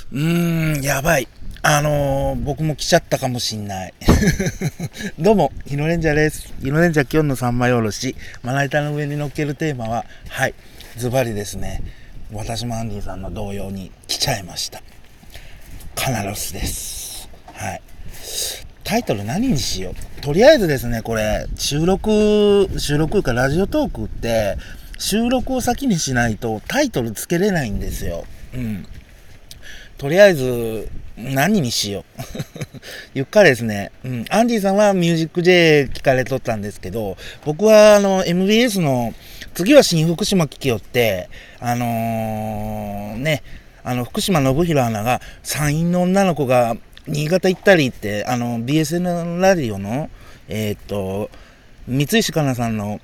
やばい。僕も来ちゃったかもしんない。どうも、日野レンジャーです。日野レンジャー今日の三枚おろし、まな板の上に乗っけるテーマは、はい、ズバリですね。私もアンディさんの同様に来ちゃいました。カナロスです。はい。タイトル何にしよう。とりあえずですね、これ、収録かラジオトークって、収録を先にしないとタイトルつけれないんですよ。とりあえず、何にしよう。ゆっかですね。アンディさんはミュージック J 聞かれとったんですけど、僕はMBS の、次は新福島聞きよって、福島信弘アナが、山陰の女の子が新潟行ったりって、BSN ラジオの、三石かなさんの、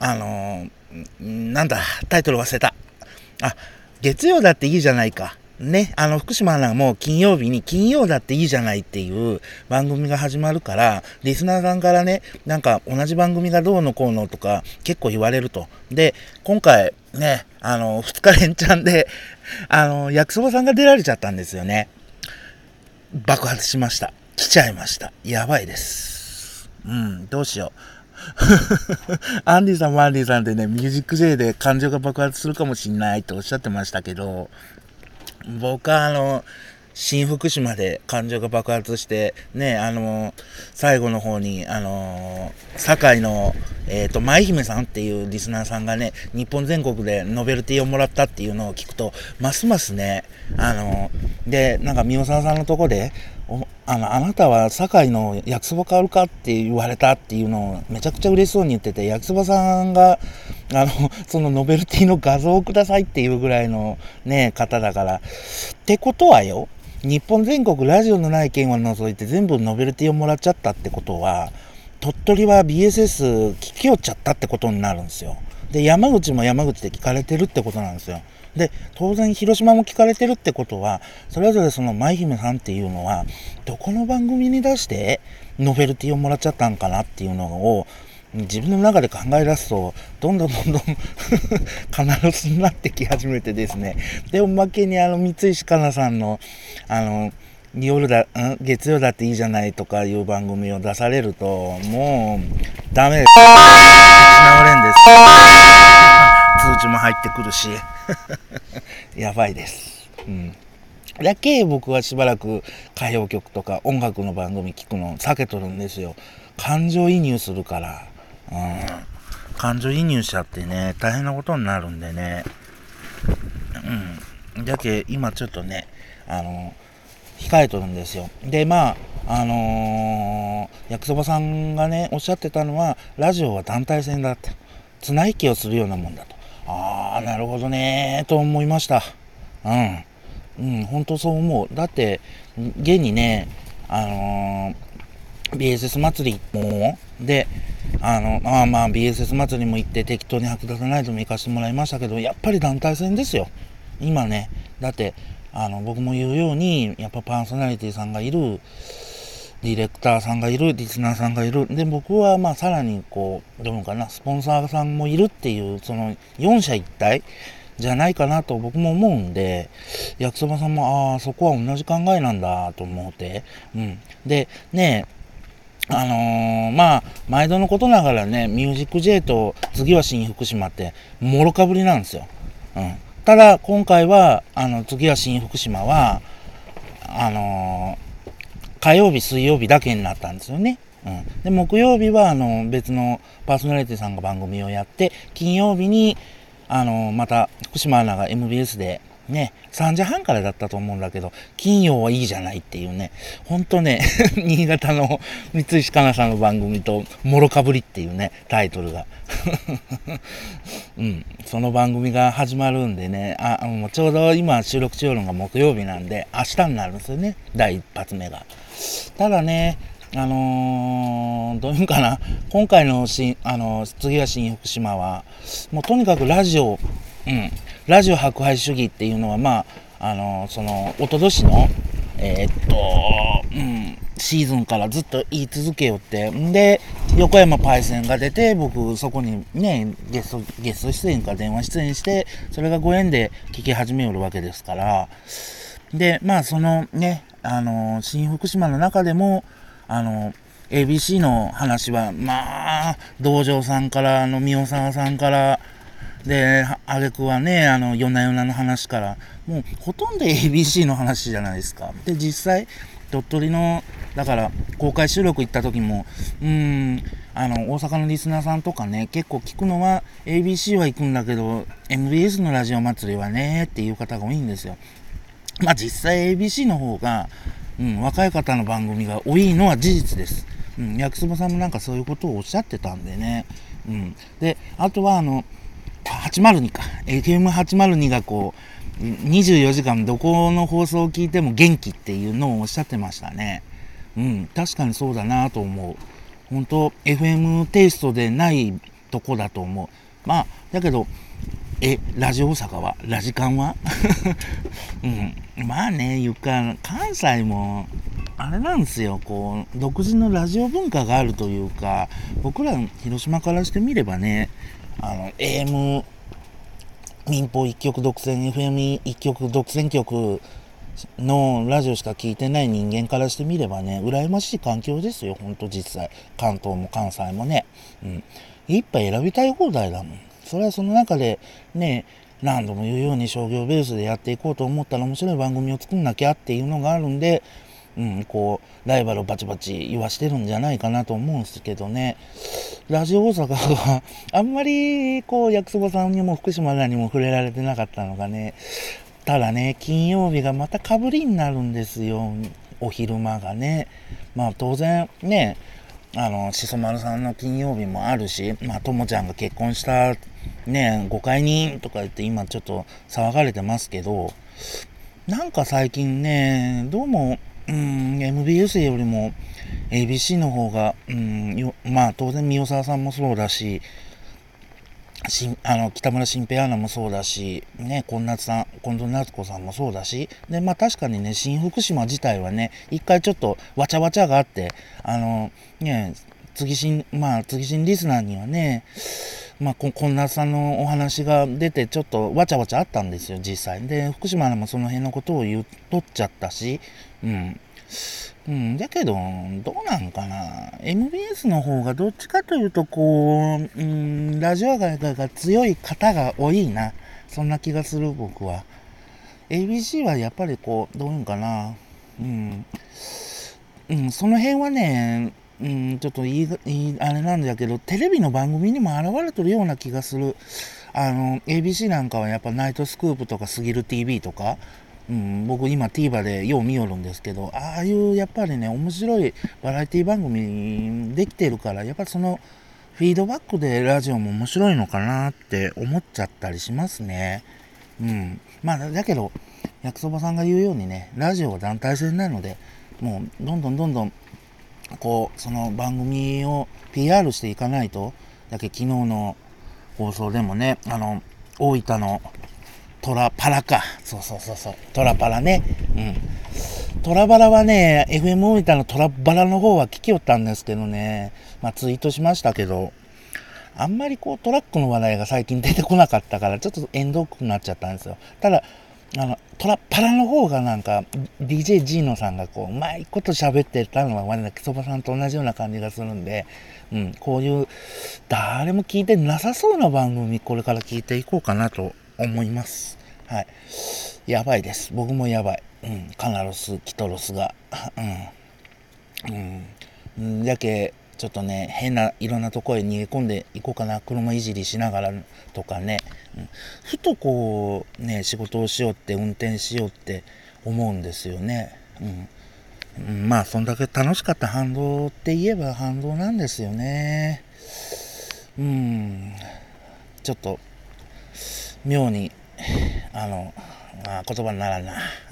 タイトル忘れた。月曜だっていいじゃないか。ね、福島アナも金曜日に金曜だっていいじゃないっていう番組が始まるから、リスナーさんからね、なんか同じ番組がどうのこうのとか結構言われると。で、今回ね、二日連チャンで、焼きそばさんが出られちゃったんですよね。爆発しました。来ちゃいました。やばいです。どうしよう。アンディさんもアンディさんでね、ミュージック J で感情が爆発するかもしんないとおっしゃってましたけど、僕は新福島で感情が爆発して、ね、最後の方に、堺の、舞姫さんっていうリスナーさんがね、日本全国でノベルティをもらったっていうのを聞くと、ますますね、で、なんか、宮沢さんのとこで、あなたは堺の焼きそば買うかって言われたっていうのをめちゃくちゃ嬉しそうに言ってて、焼きそばさんが、そのノベルティの画像をくださいっていうぐらいのね、方だから。ってことはよ、日本全国ラジオのない県を除いて全部ノベルティをもらっちゃったってことは、鳥取は BSS 聞きよっちゃったってことになるんですよ。で、山口も山口で聞かれてるってことなんですよ。で、当然広島も聞かれてるってことは、それぞれその舞姫さんっていうのは、どこの番組に出してノベルティをもらっちゃったんかなっていうのを、自分の中で考え出すと、どんどん必ずになってき始めてですね。で、おまけに三石かなさんの、月曜だっていいじゃないとかいう番組を出されると、もう、ダメです。直れんです。通知も入ってくるし。やばいです。だけ僕はしばらく歌謡曲とか音楽の番組聞くの避けとるんですよ。感情移入するから。感情移入しちゃってね、大変なことになるんでね。だけ今ちょっとね、控えとるんですよ。で、焼きそばさんがね、おっしゃってたのは、ラジオは団体戦だって。綱引きをするようなもんだと。なるほどねと思いました。本当そう思う。だって、現にね、BSS 祭りも、で、BSS 祭りも行って適当に吐き出さないとも行かせてもらいましたけど、やっぱり団体戦ですよ。今ね、だって、僕も言うように、やっぱパーソナリティさんがいる、ディレクターさんがいる、リスナーさんがいる。で、僕はさらにどういうのかな、スポンサーさんもいるっていう、その4者一体じゃないかなと僕も思うんで、焼きそばさんも、そこは同じ考えなんだと思って。で、ね毎度のことながらね、ミュージック J と次は新福島って、もろかぶりなんですよ。ただ、今回は、次は新福島は、火曜日、水曜日だけになったんですよね。で、木曜日は、別のパーソナリティさんが番組をやって、金曜日に、また、福島アナが MBS で、ね、3時半からだったと思うんだけど、金曜はいいじゃないっていうね、ほんとね、新潟の三石かなさんの番組と、もろかぶりっていうね、タイトルが。その番組が始まるんでね、もうちょうど今収録中のが木曜日なんで、明日になるんですよね、第一発目が。ただね、どういうかな、今回の次は新福島は、もうとにかくラジオ迫害主義っていうのは、その、おととしの、シーズンからずっと言い続けよって、で、横山パイセンが出て、僕、そこにね、ゲスト出演か電話出演して、それがご縁で聞き始めよるわけですから、 で、まあそのね、新福島の中でも、ABC の話は、まあ、道場さんから、宮沢さんから、で、挙句はね、夜な夜なの話から、もうほとんど ABC の話じゃないですか。で、実際、鳥取の、だから、公開収録行った時も、大阪のリスナーさんとかね、結構聞くのは、ABC は行くんだけど、MBS のラジオ祭りはね、っていう方が多いんですよ。まあ実際 ABC の方が、若い方の番組が多いのは事実です。焼きそばさんもなんかそういうことをおっしゃってたんでね。で、あとは802か。FM802 がこう、24時間どこの放送を聞いても元気っていうのをおっしゃってましたね。確かにそうだなと思う。本当 FM テイストでないとこだと思う。まあ、だけど、ラジオ大阪はラジカンはまあね、関西も、あれなんですよ、こう、独自のラジオ文化があるというか、僕ら広島からしてみればね、AM 民放一曲独占、FM 一曲独占曲のラジオしか聞いてない人間からしてみればね、羨ましい環境ですよ、ほんと実際。関東も関西もね。一杯選びたい放題だもん。それはその中でね、何度も言うように商業ベースでやっていこうと思ったら面白い番組を作んなきゃっていうのがあるんで、こう、ライバルをバチバチ言わしてるんじゃないかなと思うんですけどね。ラジオ大阪は、あんまり、こう、焼きそばさんにも福島らにも触れられてなかったのがね、ただね、金曜日がまた被りになるんですよ。お昼間がね。まあ当然ね、しそ丸さんの金曜日もあるし、まあともちゃんが結婚したね、ご解任とか言って今ちょっと騒がれてますけど、なんか最近ね、どうも、MBS よりも ABC の方が、まあ当然宮沢さんもそうだし、北村新平アナもそうだし、ね、近藤夏子さんもそうだし、で、まあ確かにね、新福島自体はね、一回ちょっとわちゃわちゃがあって、次新リスナーにはね、まあ、近藤さんのお話が出て、ちょっとわちゃわちゃあったんですよ、実際。で、福島アナもその辺のことを言っとっちゃったし、だけど、どうなんかな。MBS の方がどっちかというと、こう、ラジオ界が強い方が多いな。そんな気がする、僕は。ABC はやっぱりこう、どういうんかな。その辺はね、ちょっとあれなんだけど、テレビの番組にも現れてるような気がする。ABC なんかはやっぱナイトスクープとかスギル TV とか、僕今 TVer でよう見よるんですけど、ああいうやっぱりね、面白いバラエティ番組できてるから、やっぱそのフィードバックでラジオも面白いのかなって思っちゃったりしますね。まあだけど、焼きそばさんが言うようにね、ラジオは団体戦なので、もうどんどんこうその番組を PR していかないと。だけ昨日の放送でもね、大分のトラパラか。そう。トラパラね。トラバラはね、FM 大分のトラバラの方は聞きよったんですけどね。まあツイートしましたけど、あんまりこうトラックの話題が最近出てこなかったから、ちょっと縁遠くなっちゃったんですよ。ただ、トラパラの方がなんか、DJ ジーノさんがこう、うまいこと喋ってたのは、まだきそばさんと同じような感じがするんで、こういう、誰も聞いてなさそうな番組、これから聞いていこうかなと思います。はい。やばいです。僕もやばい。カナロス、キトロスが。やけ、ちょっとね、いろんなとこへ逃げ込んでいこうかな。車いじりしながらとかね。ふとこう、ね、仕事をしようって、運転しようって思うんですよね。まあ、そんだけ楽しかった反動って言えば反動なんですよね。ちょっと、妙に、言葉にならんな。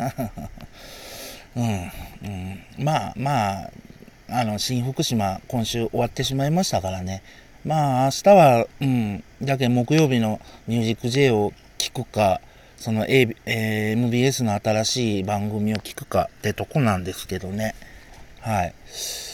まあ、新福島、今週終わってしまいましたからね。まあ、明日は、だけ木曜日のミュージック J を聞くか、その、MBS の新しい番組を聞くかってとこなんですけどね。はい。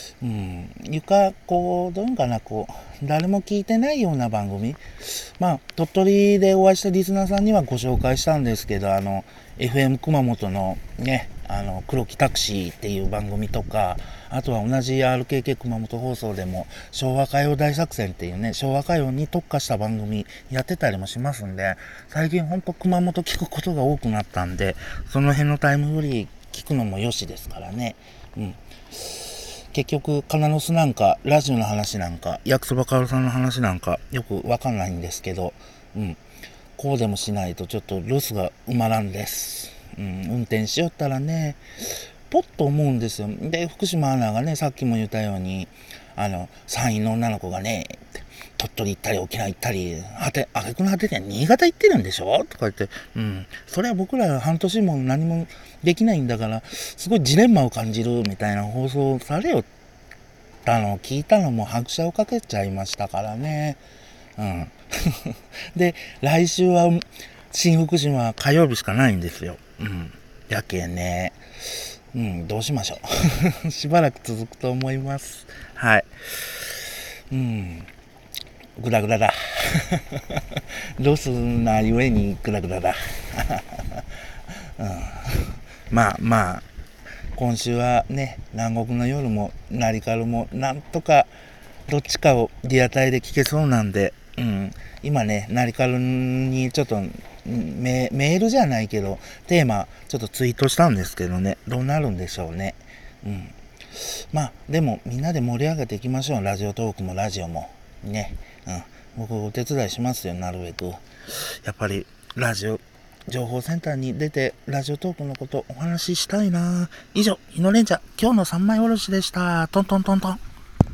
こう、どういうかな、こう、誰も聞いてないような番組。まあ、鳥取でお会いしたリスナーさんにはご紹介したんですけど、 FM 熊本のね、黒木タクシーっていう番組とか、あとは同じ RKK 熊本放送でも昭和歌謡大作戦っていうね、昭和歌謡に特化した番組やってたりもしますんで、最近ほんと熊本聞くことが多くなったんで、その辺のタイムフリー聞くのもよしですからね。結局カナノスなんかラジオの話なんか焼きそばかおるさんの話なんかよくわかんないんですけど、こうでもしないとちょっとロスが埋まらんです。運転しよったらね、ポッと思うんですよ。で、福島アナがね、さっきも言ったように、山陰の女の子がね、鳥取行ったり沖縄行ったり、あげくの果てには新潟行ってるんでしょとか言って、それは僕ら半年も何もできないんだから、すごいジレンマを感じるみたいな放送されよったのを聞いたのも拍車をかけちゃいましたからね。で、来週は新福島火曜日しかないんですよ。やけね。どうしましょう。しばらく続くと思います。はい。グダグダだ。ロスなゆえにグダグダだ。まあ、今週はね、南国の夜もナリカルもなんとかどっちかをリアタイで聞けそうなんで、今ね、ナリカルにちょっとメールじゃないけど、テーマちょっとツイートしたんですけどね、どうなるんでしょうね。でもみんなで盛り上げていきましょう。ラジオトークもラジオも。ね。僕お手伝いしますよ、なるべく。やっぱりラジオ、情報センターに出てラジオトークのことお話ししたいな。以上、日野レンジャー、今日の三枚おろしでした。トントントントン。